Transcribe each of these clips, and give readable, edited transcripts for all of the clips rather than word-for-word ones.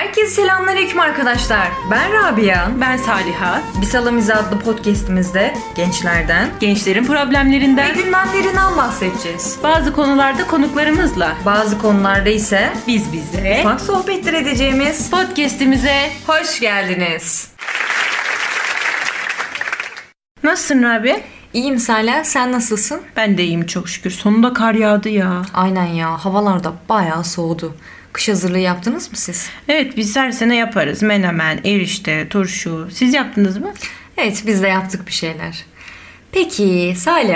Herkese selamünaleyküm arkadaşlar. Ben Rabia. Ben Saliha. Bisalamiz adlı podcastimizde gençlerden, gençlerin problemlerinden ve gündemlerinden bahsedeceğiz. Bazı konularda konuklarımızla, bazı konularda ise bize ufak sohbetler edeceğimiz podcastimize hoş geldiniz. Nasılsın Rabia? İyiyim Salih, sen nasılsın? Ben de iyiyim çok şükür. Sonunda kar yağdı ya. Aynen ya, havalar da bayağı soğudu. Kış hazırlığı yaptınız mı siz? Evet, biz her sene yaparız. Menemen, erişte, turşu. Siz yaptınız mı? Evet, biz de yaptık bir şeyler. Peki Salih,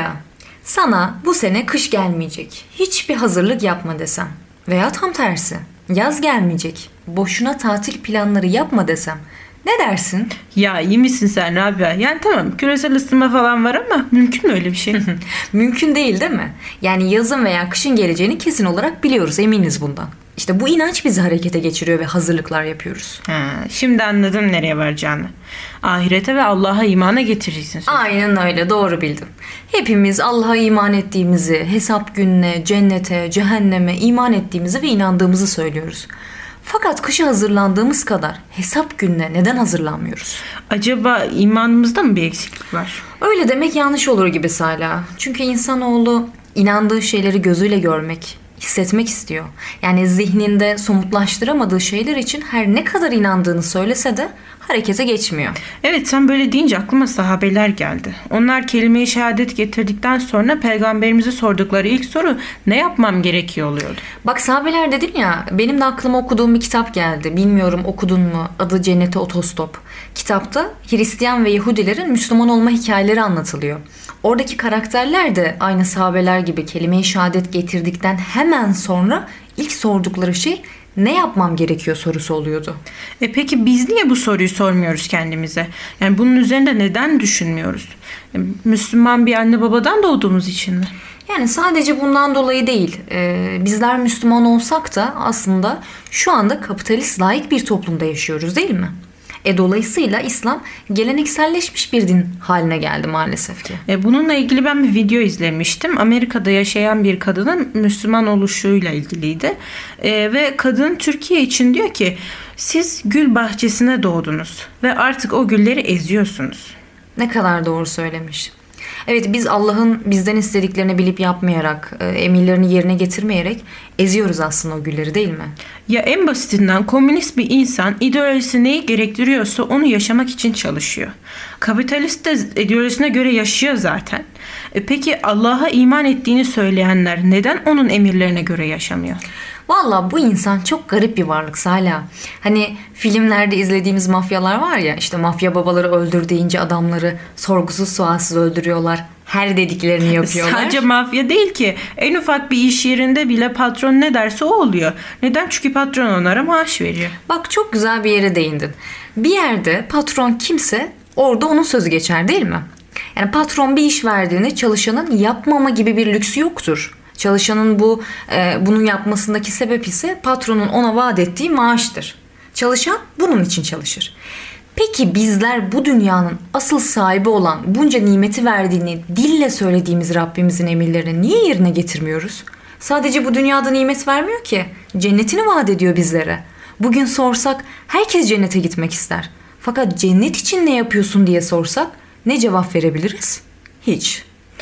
sana bu sene kış gelmeyecek, hiçbir hazırlık yapma desem veya tam tersi yaz gelmeyecek, boşuna tatil planları yapma desem ne dersin? Ya iyi misin sen Rabia? Yani tamam, küresel ısınma falan var ama mümkün mü öyle bir şey? Mümkün değil mi? Yani yazın veya kışın geleceğini kesin olarak biliyoruz, eminiz bundan. İşte bu inanç bizi harekete geçiriyor ve hazırlıklar yapıyoruz. Şimdi anladım nereye varacağını. Ahirete ve Allah'a imana getireceksin. Aynen öyle, doğru bildin. Hepimiz Allah'a iman ettiğimizi, hesap gününe, cennete, cehenneme iman ettiğimizi ve inandığımızı söylüyoruz. Fakat kışa hazırlandığımız kadar hesap gününe neden hazırlanmıyoruz? Acaba imanımızda mı bir eksiklik var? Öyle demek yanlış olur gibi Sala. Çünkü insanoğlu inandığı şeyleri gözüyle görmek, hissetmek istiyor. Yani zihninde somutlaştıramadığı şeyler için her ne kadar inandığını söylese de harekete geçmiyor. Evet, sen böyle deyince aklıma sahabeler geldi. Onlar kelime-i şehadet getirdikten sonra peygamberimize sordukları ilk soru ne yapmam gerekiyor oluyordu. Bak sahabeler dedin ya, benim de aklıma okuduğum bir kitap geldi. Bilmiyorum okudun mu? Adı Cennete Otostop. Kitapta Hristiyan ve Yahudilerin Müslüman olma hikayeleri anlatılıyor. Oradaki karakterler de aynı sahabeler gibi kelime-i şehadet getirdikten hemen sonra ilk sordukları şey ne yapmam gerekiyor sorusu oluyordu. Peki biz niye bu soruyu sormuyoruz kendimize? Yani bunun üzerinde neden düşünmüyoruz? Müslüman bir anne babadan doğduğumuz için mi? Yani sadece bundan dolayı değil. Bizler Müslüman olsak da aslında şu anda kapitalist laik bir toplumda yaşıyoruz, değil mi? Dolayısıyla İslam gelenekselleşmiş bir din haline geldi maalesef ki. Bununla ilgili ben bir video izlemiştim. Amerika'da yaşayan bir kadının Müslüman oluşuyla ilgiliydi. Ve kadın Türkiye için diyor ki siz gül bahçesine doğdunuz ve artık o gülleri eziyorsunuz. Ne kadar doğru söylemiş. Evet, biz Allah'ın bizden istediklerini bilip yapmayarak, emirlerini yerine getirmeyerek eziyoruz aslında o gülleri, değil mi? Ya en basitinden komünist bir insan ideolojisi neyi gerektiriyorsa onu yaşamak için çalışıyor. Kapitalist de ideolojisine göre yaşıyor zaten. Peki Allah'a iman ettiğini söyleyenler neden onun emirlerine göre yaşamıyor? Valla bu insan çok garip bir varlık Salih. Hani filmlerde izlediğimiz mafyalar var ya, işte mafya babaları öldür deyince adamları sorgusuz sualsiz öldürüyorlar. Her dediklerini yapıyorlar. Sadece mafya değil ki. En ufak bir iş yerinde bile patron ne derse o oluyor. Neden? Çünkü patron onlara maaş veriyor. Bak çok güzel bir yere değindin. Bir yerde patron kimse orada onun sözü geçer, değil mi? Yani patron bir iş verdiğinde çalışanın yapmama gibi bir lüksü yoktur. Çalışanın bunu yapmasındaki sebep ise patronun ona vaat ettiği maaştır. Çalışan bunun için çalışır. Peki bizler bu dünyanın asıl sahibi olan bunca nimeti verdiğini dille söylediğimiz Rabbimizin emirlerini niye yerine getirmiyoruz? Sadece bu dünyada nimet vermiyor ki. Cennetini vaat ediyor bizlere. Bugün sorsak herkes cennete gitmek ister. Fakat cennet için ne yapıyorsun diye sorsak ne cevap verebiliriz? Hiç.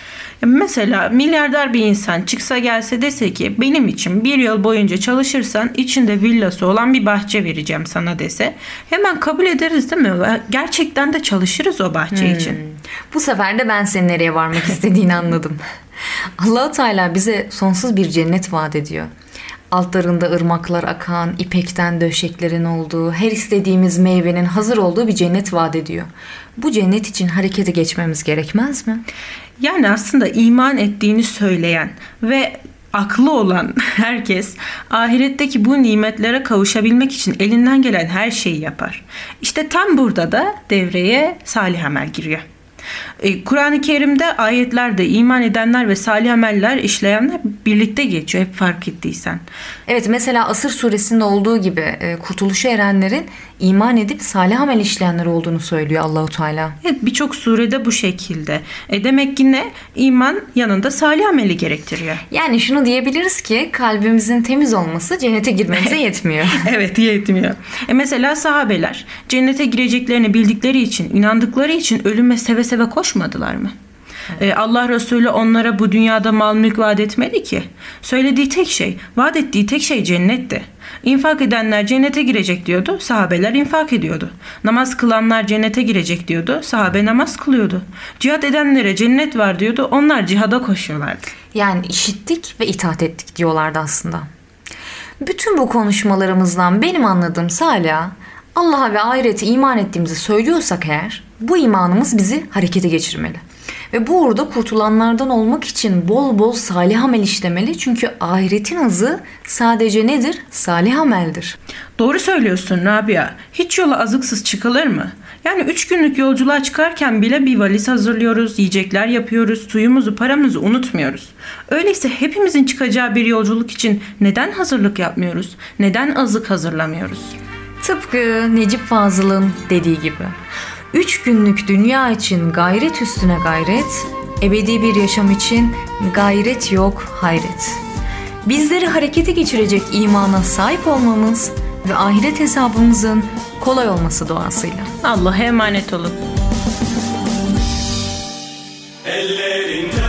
Mesela milyarder bir insan çıksa gelse dese ki benim için bir yıl boyunca çalışırsan içinde villası olan bir bahçe vereceğim sana dese hemen kabul ederiz, değil mi? Gerçekten de çalışırız o bahçe için. Bu sefer de ben senin nereye varmak istediğini anladım. Allah-u Teala bize sonsuz bir cennet vaat ediyor. Altlarında ırmaklar akan, ipekten döşeklerin olduğu, her istediğimiz meyvenin hazır olduğu bir cennet vaat ediyor. Bu cennet için harekete geçmemiz gerekmez mi? Yani aslında iman ettiğini söyleyen ve aklı olan herkes ahiretteki bu nimetlere kavuşabilmek için elinden gelen her şeyi yapar. İşte tam burada da devreye salih amel giriyor. Kur'an-ı Kerim'de ayetlerde iman edenler ve salih ameller işleyenler birlikte geçiyor, hep fark ettiysen. Evet, mesela Asır suresinde olduğu gibi kurtuluşa erenlerin iman edip salih amel işleyenler olduğunu söylüyor Allahu Teala. Evet, birçok surede bu şekilde. Demek ki ne? İman yanında salih ameli gerektiriyor. Yani şunu diyebiliriz ki kalbimizin temiz olması cennete girmemize yetmiyor. Evet, yetmiyor. Mesela sahabeler cennete gireceklerini bildikleri için, inandıkları için ölüme seve seve koşmadılar mı? Allah Resulü onlara bu dünyada mal mülk vaat etmedi ki. Söylediği tek şey, vaat ettiği tek şey cennetti. İnfak edenler cennete girecek diyordu, sahabeler infak ediyordu. Namaz kılanlar cennete girecek diyordu, sahabe namaz kılıyordu. Cihat edenlere cennet var diyordu, onlar cihada koşuyorlardı. Yani işittik ve itaat ettik diyorlardı aslında. Bütün bu konuşmalarımızdan benim anladığım Salih, Allah'a ve ahirete iman ettiğimizi söylüyorsak eğer, bu imanımız bizi harekete geçirmeli. Ve bu uğurda kurtulanlardan olmak için bol bol salih amel işlemeli. Çünkü ahiretin hızı sadece nedir? Salih ameldir. Doğru söylüyorsun Rabia. Hiç yola azıksız çıkılır mı? Yani 3 günlük yolculuğa çıkarken bile bir valiz hazırlıyoruz, yiyecekler yapıyoruz, suyumuzu, paramızı unutmuyoruz. Öyleyse hepimizin çıkacağı bir yolculuk için neden hazırlık yapmıyoruz? Neden azık hazırlamıyoruz? Tıpkı Necip Fazıl'ın dediği gibi. 3 günlük dünya için gayret üstüne gayret, ebedi bir yaşam için gayret yok hayret. Bizleri harekete geçirecek imana sahip olmamız ve ahiret hesabımızın kolay olması duasıyla. Allah'a emanet olun. Ellerinde